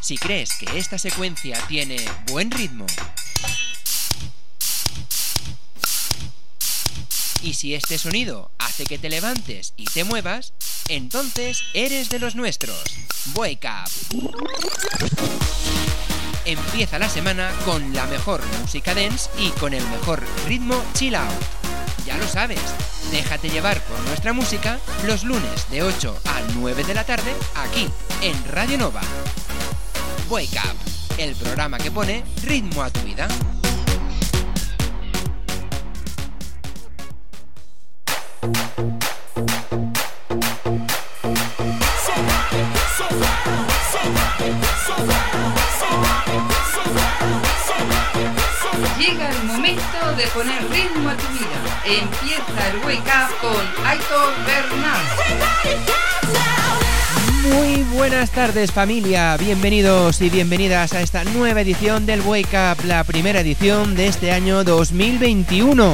Si crees que esta secuencia tiene buen ritmo y si este sonido hace que te levantes y te muevas, entonces eres de los nuestros. Wake Up. Empieza la semana con la mejor música dance y con el mejor ritmo chill out. Ya lo sabes, déjate llevar por nuestra música los lunes de 8 a 9 de la tarde aquí en Radio Nova. Wake Up, el programa que pone ritmo a tu vida. Llega el momento de poner ritmo a tu vida. Empieza el Wake Up con Aitor Bernal. Muy buenas tardes, familia, bienvenidos y bienvenidas a esta nueva edición del Wake Up, la primera edición de este año 2021.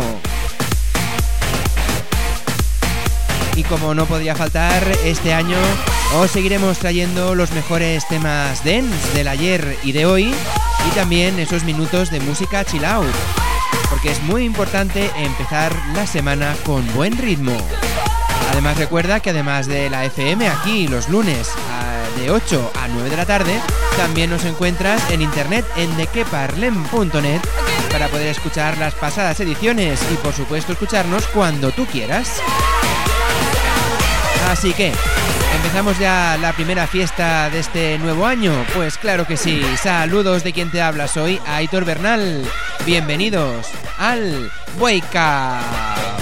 Y como no podía faltar, este año os seguiremos trayendo los mejores temas dance del ayer y de hoy, y también esos minutos de música chill out, porque es muy importante empezar la semana con buen ritmo. Además recuerda que además de la FM aquí los lunes de 8 a 9 de la tarde, también nos encuentras en internet en dequeparlem.net para poder escuchar las pasadas ediciones y por supuesto escucharnos cuando tú quieras. Así que, ¿empezamos ya la primera fiesta de este nuevo año? Pues claro que sí. Saludos de quien te habla, soy Aitor Bernal. Bienvenidos al Wake Up.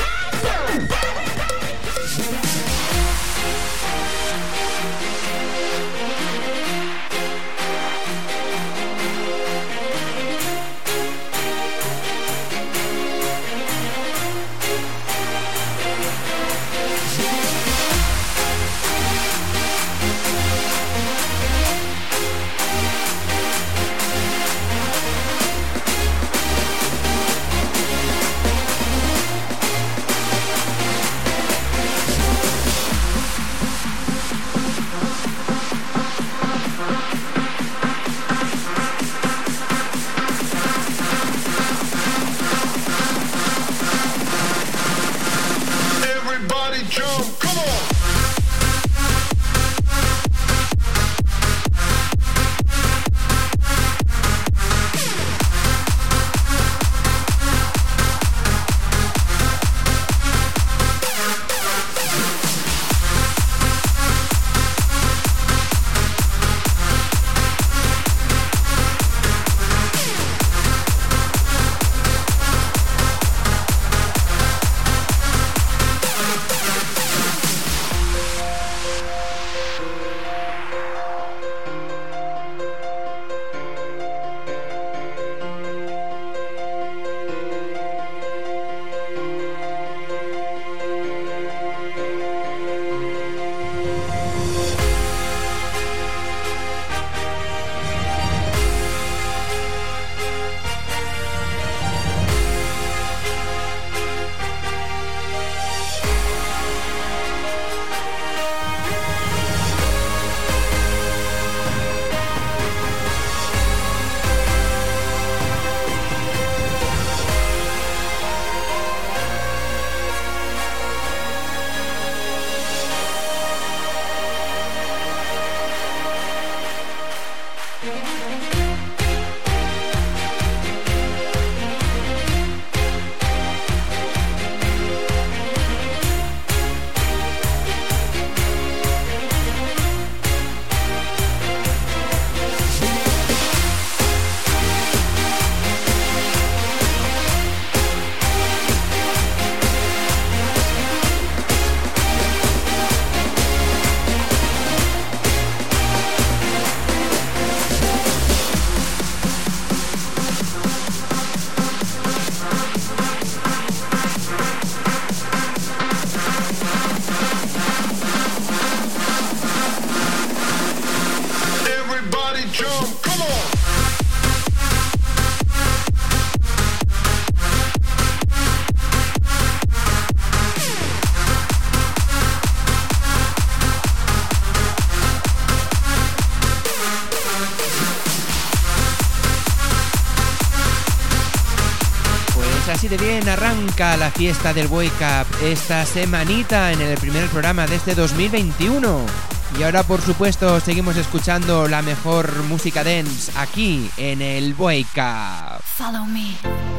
así de bien arranca la fiesta del Wake Up esta semanita en el primer programa de este 2021. Y ahora, por supuesto, seguimos escuchando la mejor música dance aquí en el Wake Up. Follow me.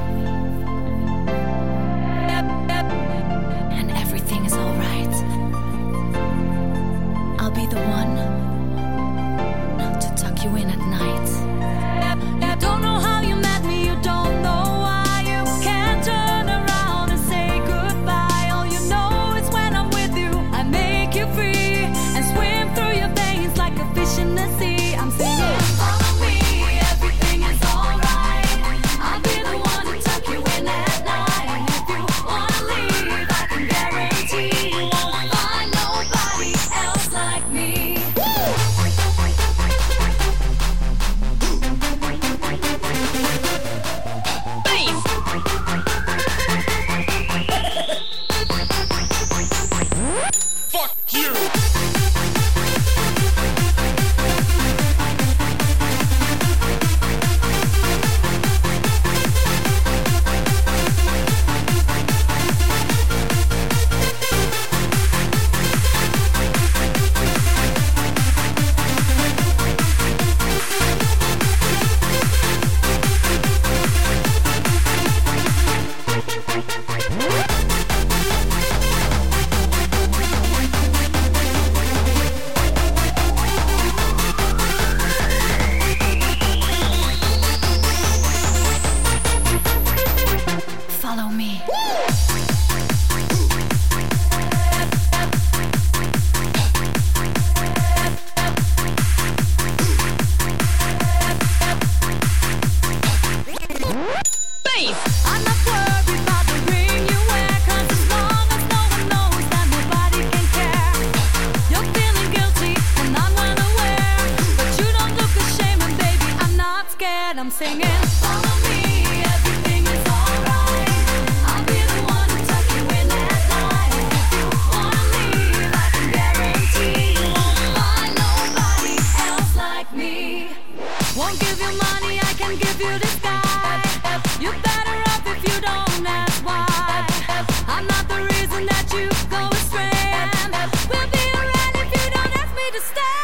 And everything is alright. I'll be the one to tuck you in at night. You don't know how you met me, you don't know why. You can't turn around and say goodbye. All you know is when I'm with you, I make you free and swim through your veins like a fish in the sea. I'm singing, follow me, everything is alright. I'll be the one to tuck you in at night. And if you wanna leave, I can guarantee you won't find nobody else like me. Fuck you! Follow me. I'm not worried about the ring you wear, 'cause as long as no one knows that nobody can care. You're feeling guilty and I'm unaware, but you don't look ashamed and baby I'm not scared. I'm singing, follow me, everything is alright. I'll be the one to tuck you in at night. And if you wanna leave, I can guarantee you won't find nobody else like me. Won't give you money, I can give you the sky. You're better off if you don't ask why. I'm not the reason that you go astray. And we'll be around if you don't ask me to stay.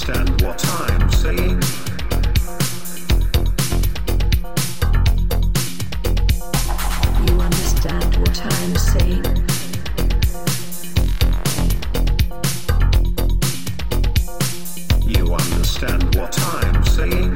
understand what I'm saying? You understand what I'm saying? You understand what I'm saying?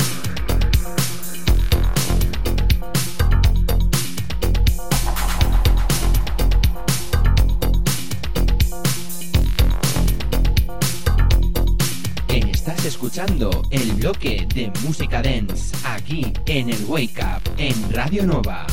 Estás escuchando el bloque de música dance aquí en el Wake Up en Radio Nova.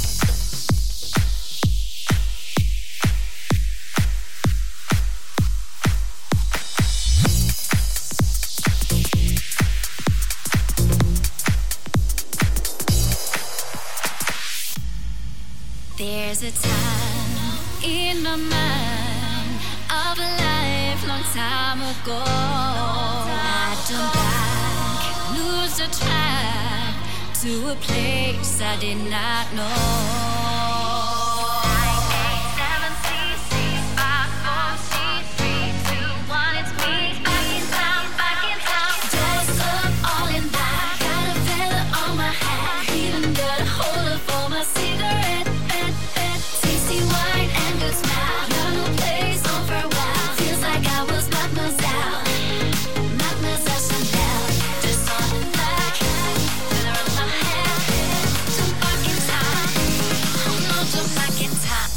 There's a time in my mind of a lifelong time ago. I turn back, lose the track to a place I did not know. 987cc54C321, it's me, back in town, back in town. Dressed up all in black, got a feather on my hat, even got a holder for my cigarette. Tasty wine and good smile. Got no place on for a while. Feels like I was Mademoiselle. Mademoiselle Chanel. Just on the back, feather on my head. Jump back in time. Oh no, jump back in time.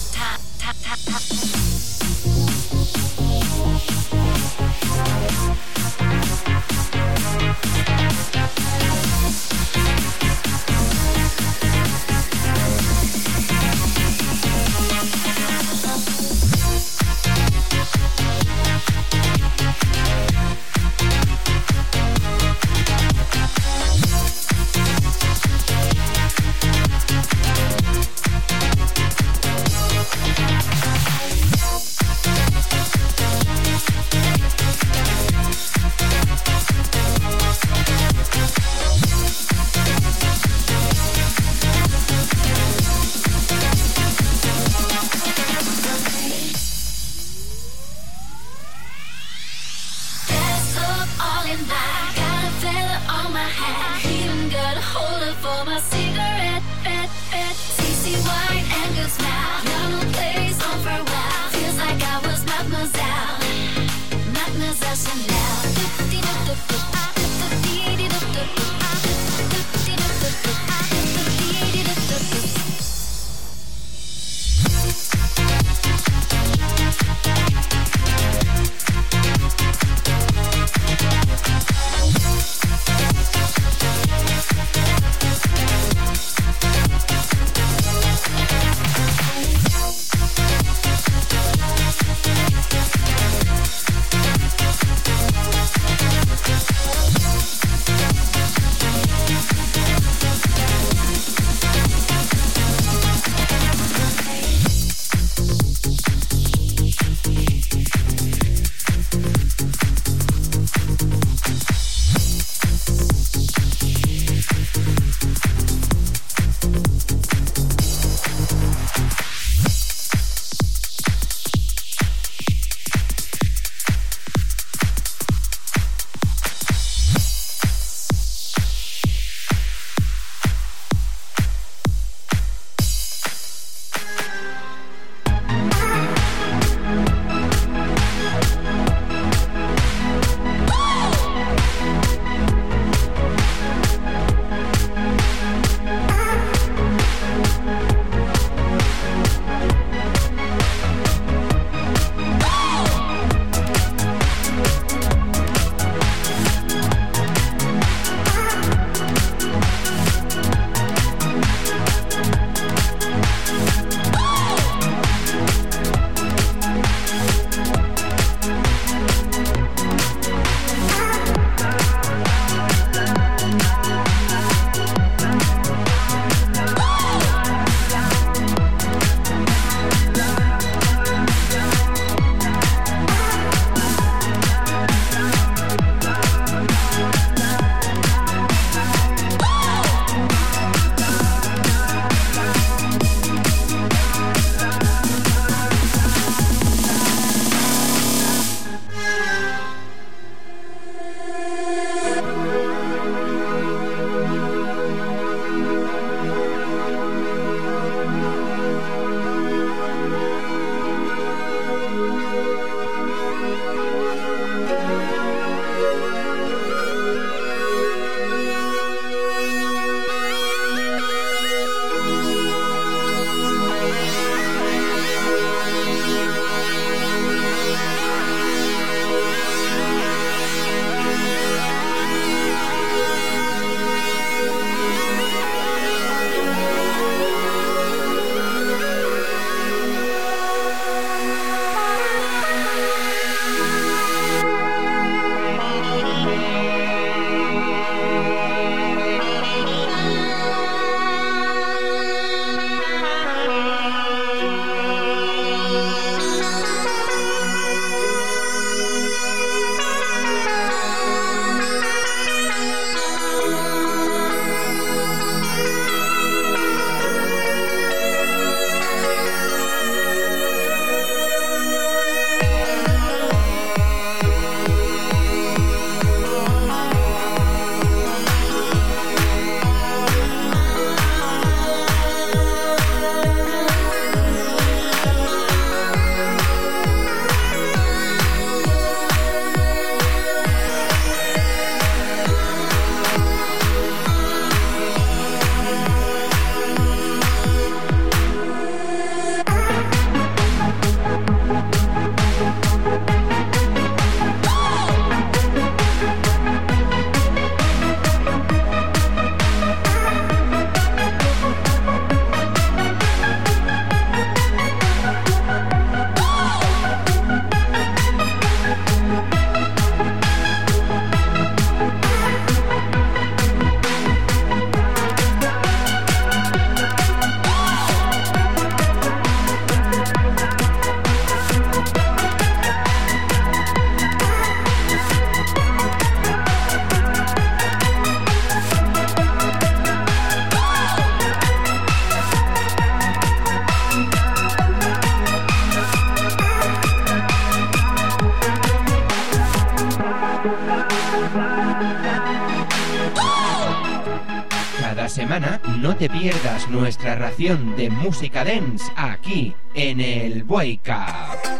Cada semana no te pierdas nuestra ración de música dance aquí en el Wake Up.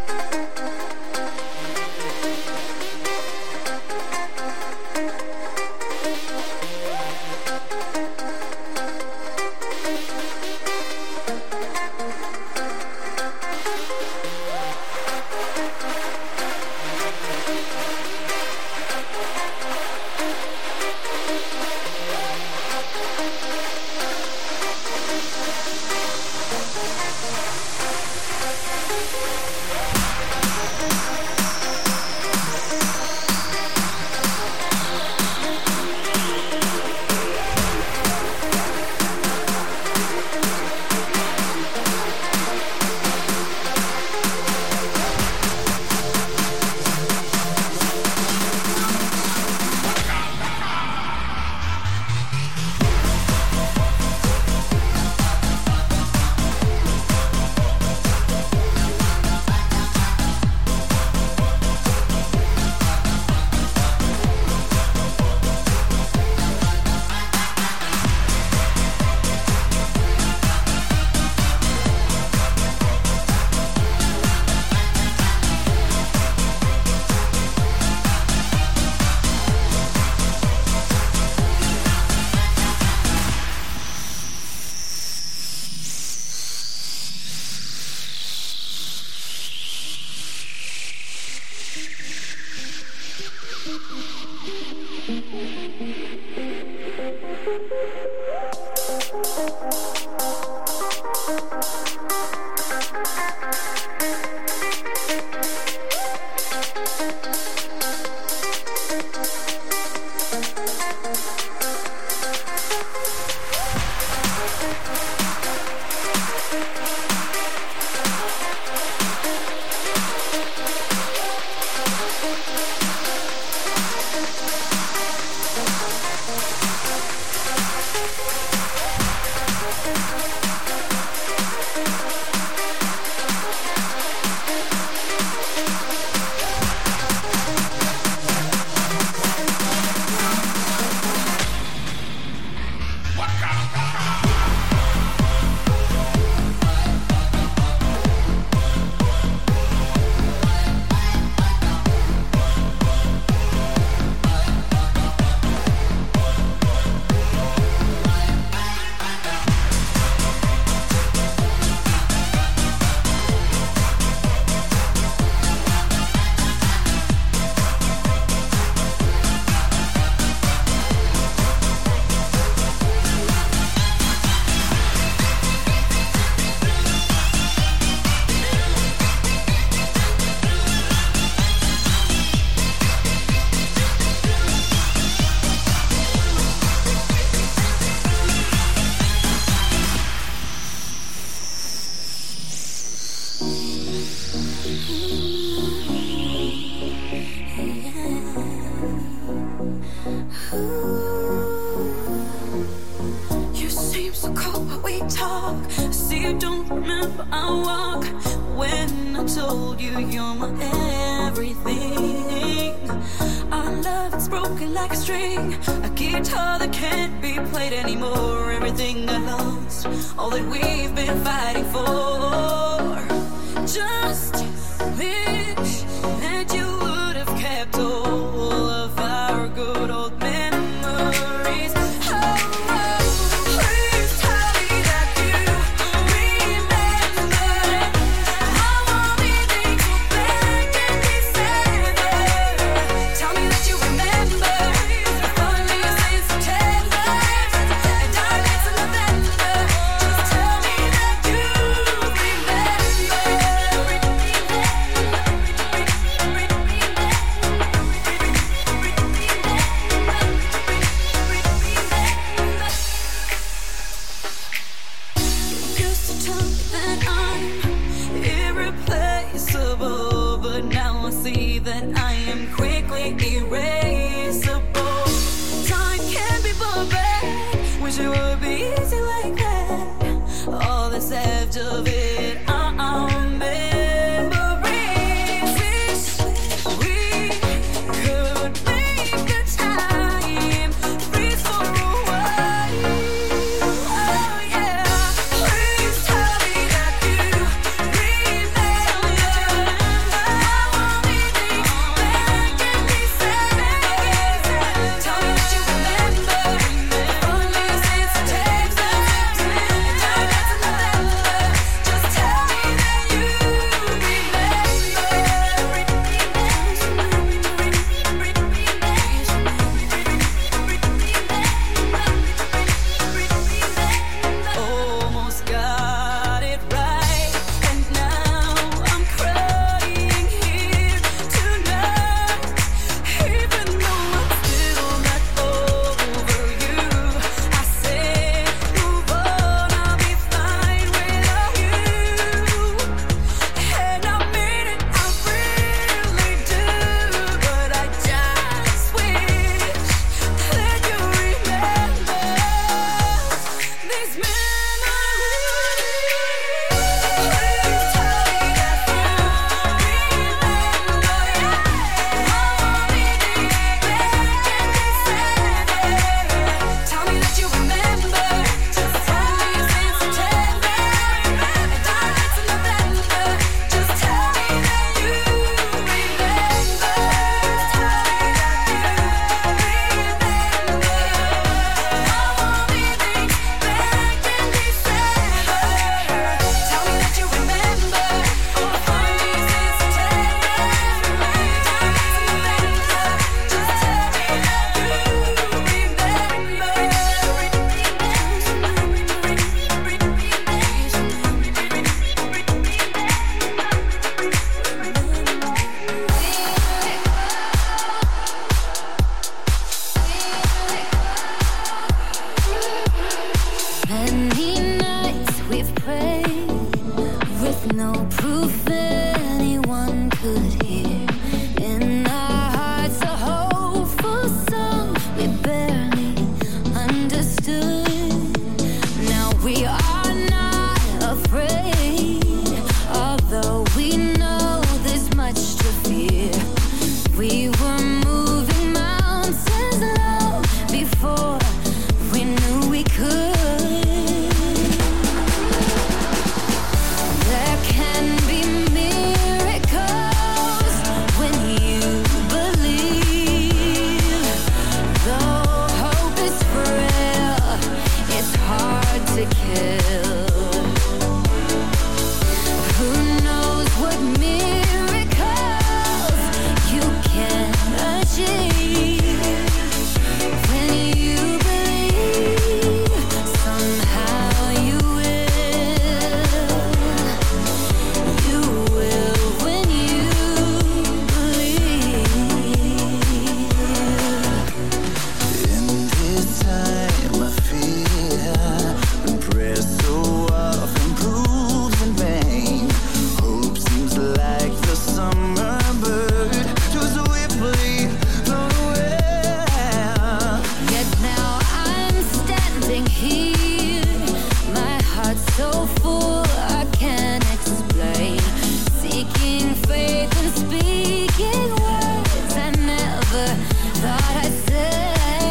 what I say.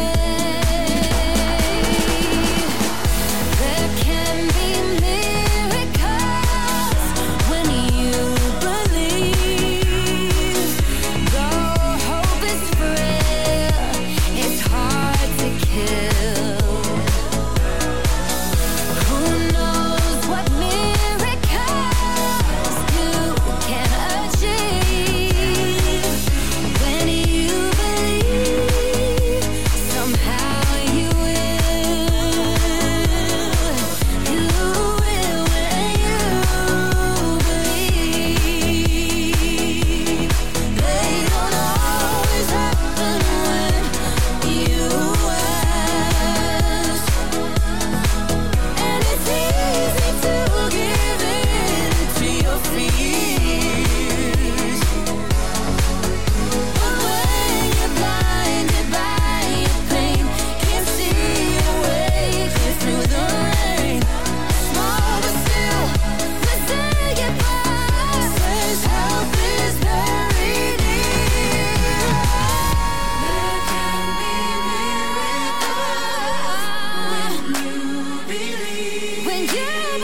There can be miracles when you believe. Though hope is frail, it's hard to kill. Who knows what miracles you can achieve when you believe. Somehow you will. You will when you believe. They don't always happen when you ask. And it's easy to give in to your fears. But when you're blinded by your pain, can't see your way clear through the rain. Small but still resilient voice says help is very near. There can be miracles when you believe. When you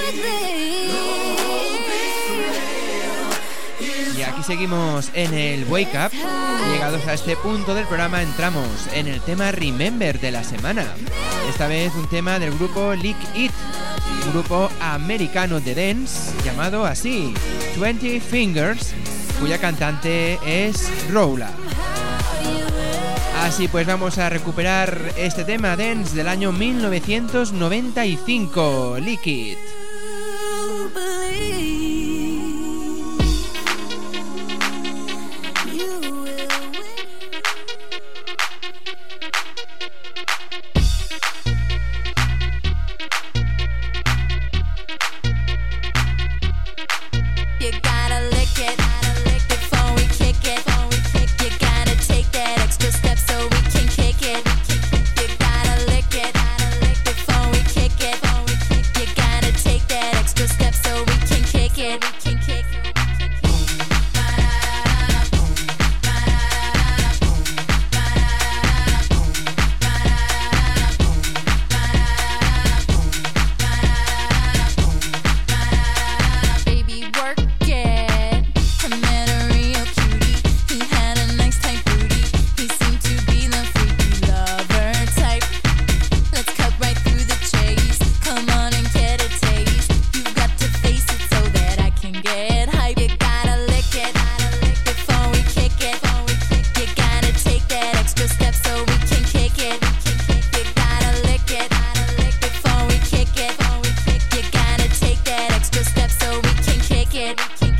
believe. Y aquí seguimos en el Wake Up. Llegados a este punto del programa entramos en el tema Remember de la semana. Esta vez un tema del grupo Lick It, un grupo americano de dance llamado así, 20 Fingers, cuya cantante es Rolla. Así pues vamos a recuperar este tema dance del año 1995, Lick It. You believe. You will win. You gotta lick it before we kick it. You gotta take that extra step so we can kick it. You gotta lick it before we kick it. You gotta take that extra step so we can kick it. Baby, work it. I met a real cutie. He had a nice tight booty. He seemed to be the freaky lover type. Let's cut right through the chase. Come on and get a taste. You've got to face it so that I can get hype. You gotta lick it before we kick it. You gotta take that extra step so we can kick it. You gotta lick it before we kick it. You gotta take that extra step so we can kick it.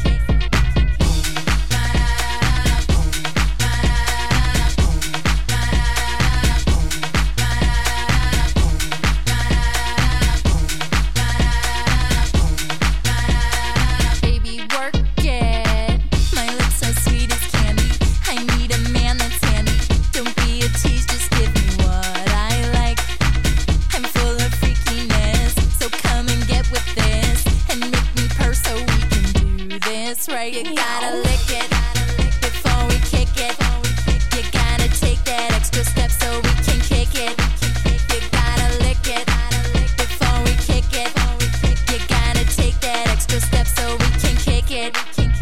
Baby, work it. My lips are sweet as candy. I need a man that's handy. Don't be a tease, just give me what I like. I'm full of freakiness, so come and get with this and make me purr so we can do this right. You gotta lick it before we kick it. You gotta take that extra step so we can kick it. You gotta lick it before we kick it. You gotta take that extra step so we can kick it.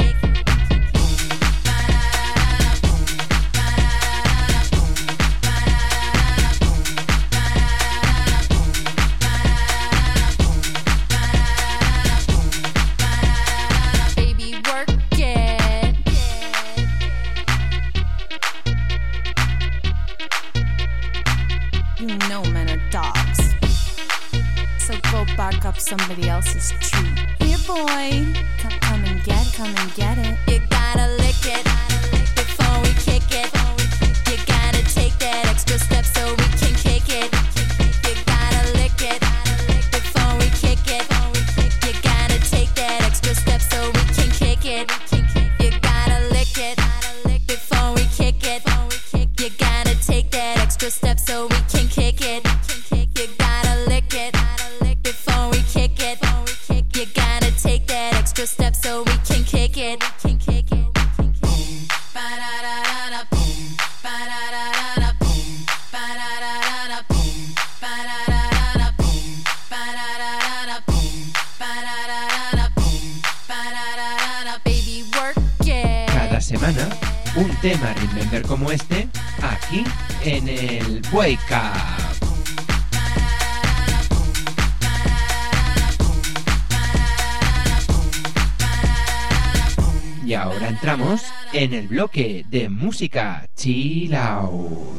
Baby, work it. You know men are dogs, so go bark up somebody else's tree. Here, boy, come and get it. You gotta lick it before we kick it. You gotta take that extra step so we can kick it. You gotta lick it before we kick it. You gotta take that extra step so we can kick it. You gotta lick it before we kick it. You gotta take that extra step so we can kick it. You gotta lick it before we kick it. You gotta take that extra step so we can kick it. Boom, ba-da-da-da-da, boom, ba-da-da-da-da, boom, tema Remember como este, aquí en el Wake Up. Y ahora entramos en el bloque de música Chill Out.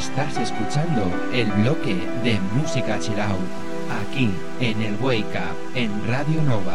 Estás escuchando el bloque de música chill out, aquí en el Wake Up, en Radio Nova.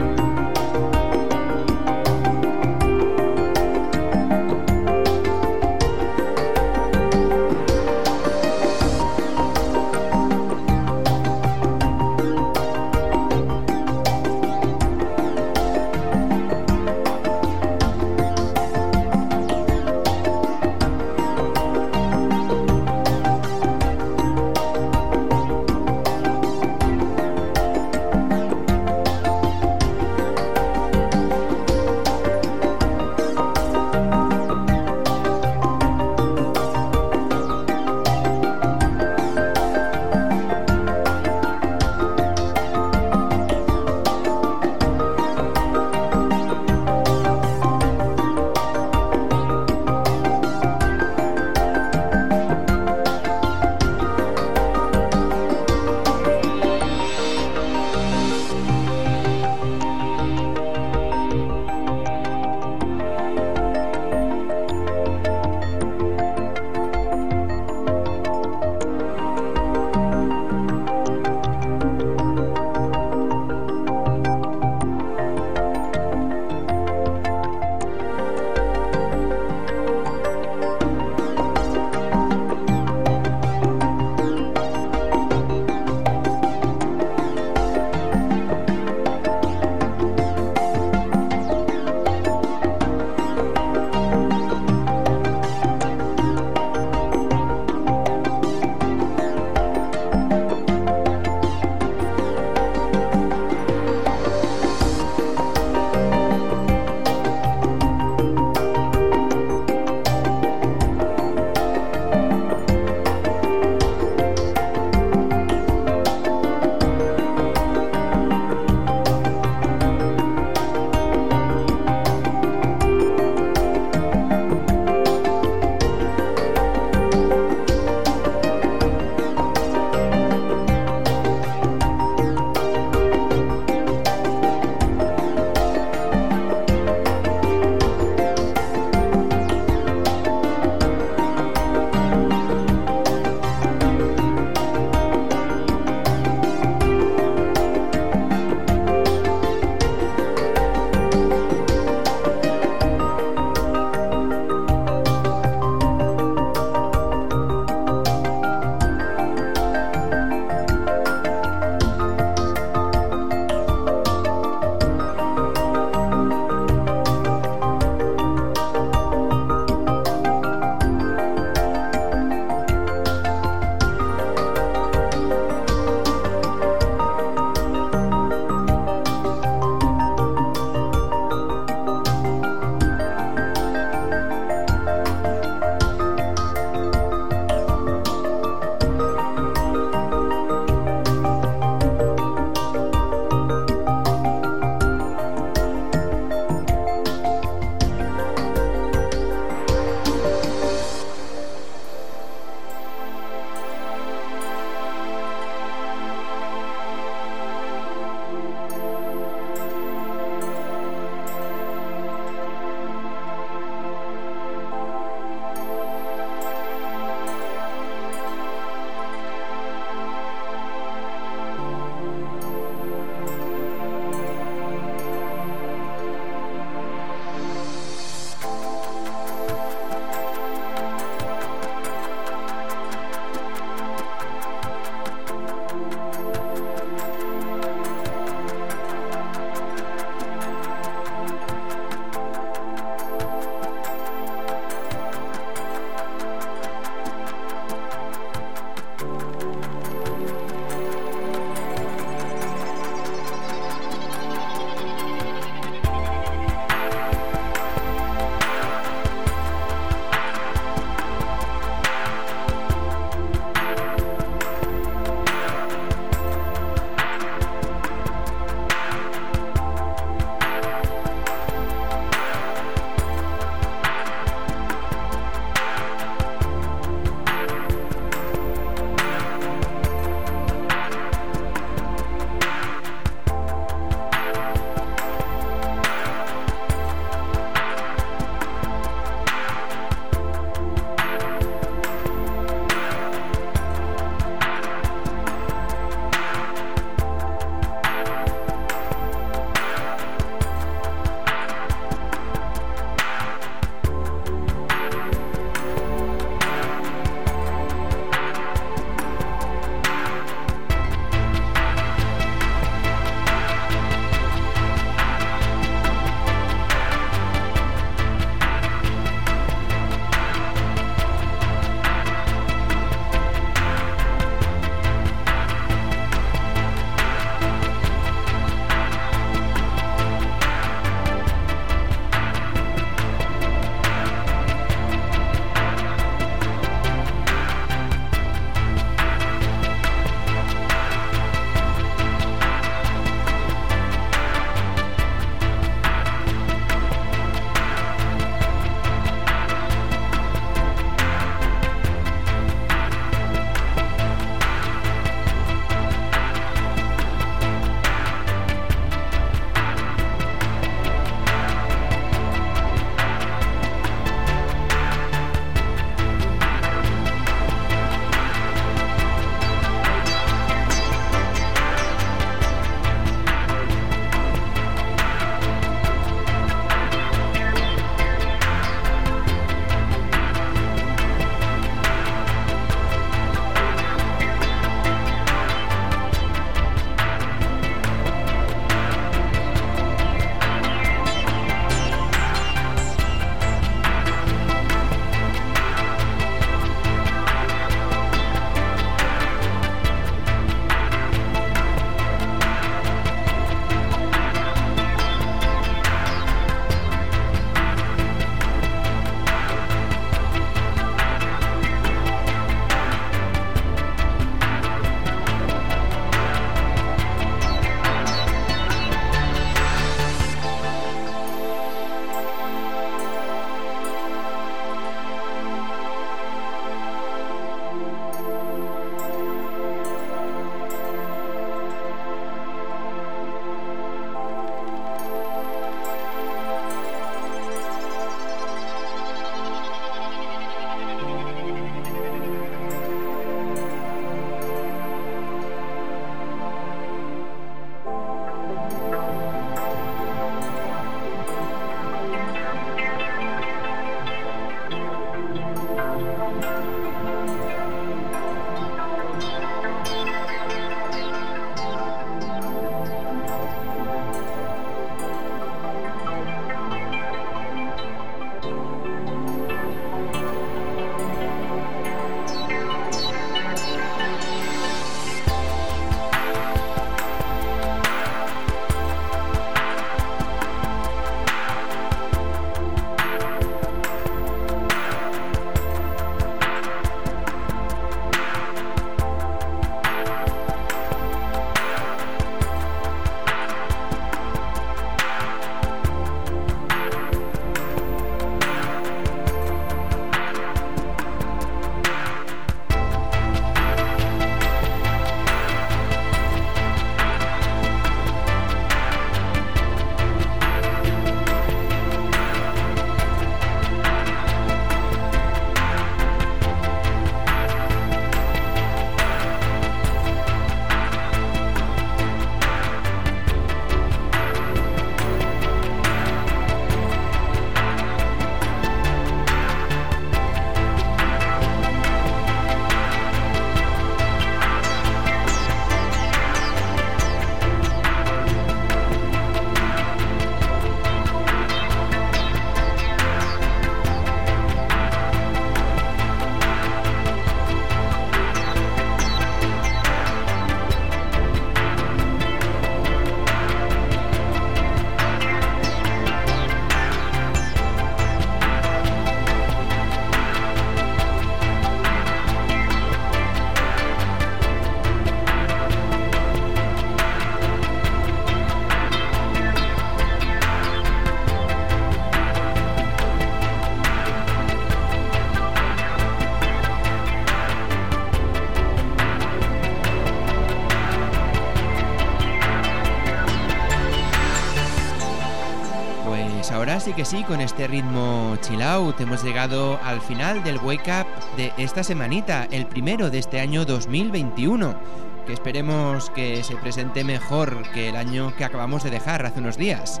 ahora sí que sí, con este ritmo chill out hemos llegado al final del Wake Up de esta semanita, el primero de este año 2021, que esperemos que se presente mejor que el año que acabamos de dejar hace unos días.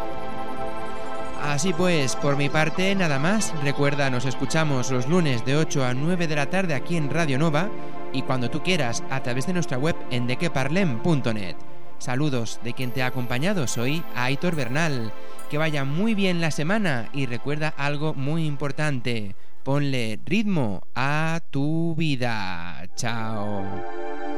Así pues, por mi parte, nada más. Recuerda, nos escuchamos los lunes de 8 a 9 de la tarde aquí en Radio Nova y cuando tú quieras a través de nuestra web en dequeparlem.net. Saludos de quien te ha acompañado, soy Aitor Bernal. Que vaya muy bien la semana y recuerda algo muy importante. Ponle ritmo a tu vida. Chao.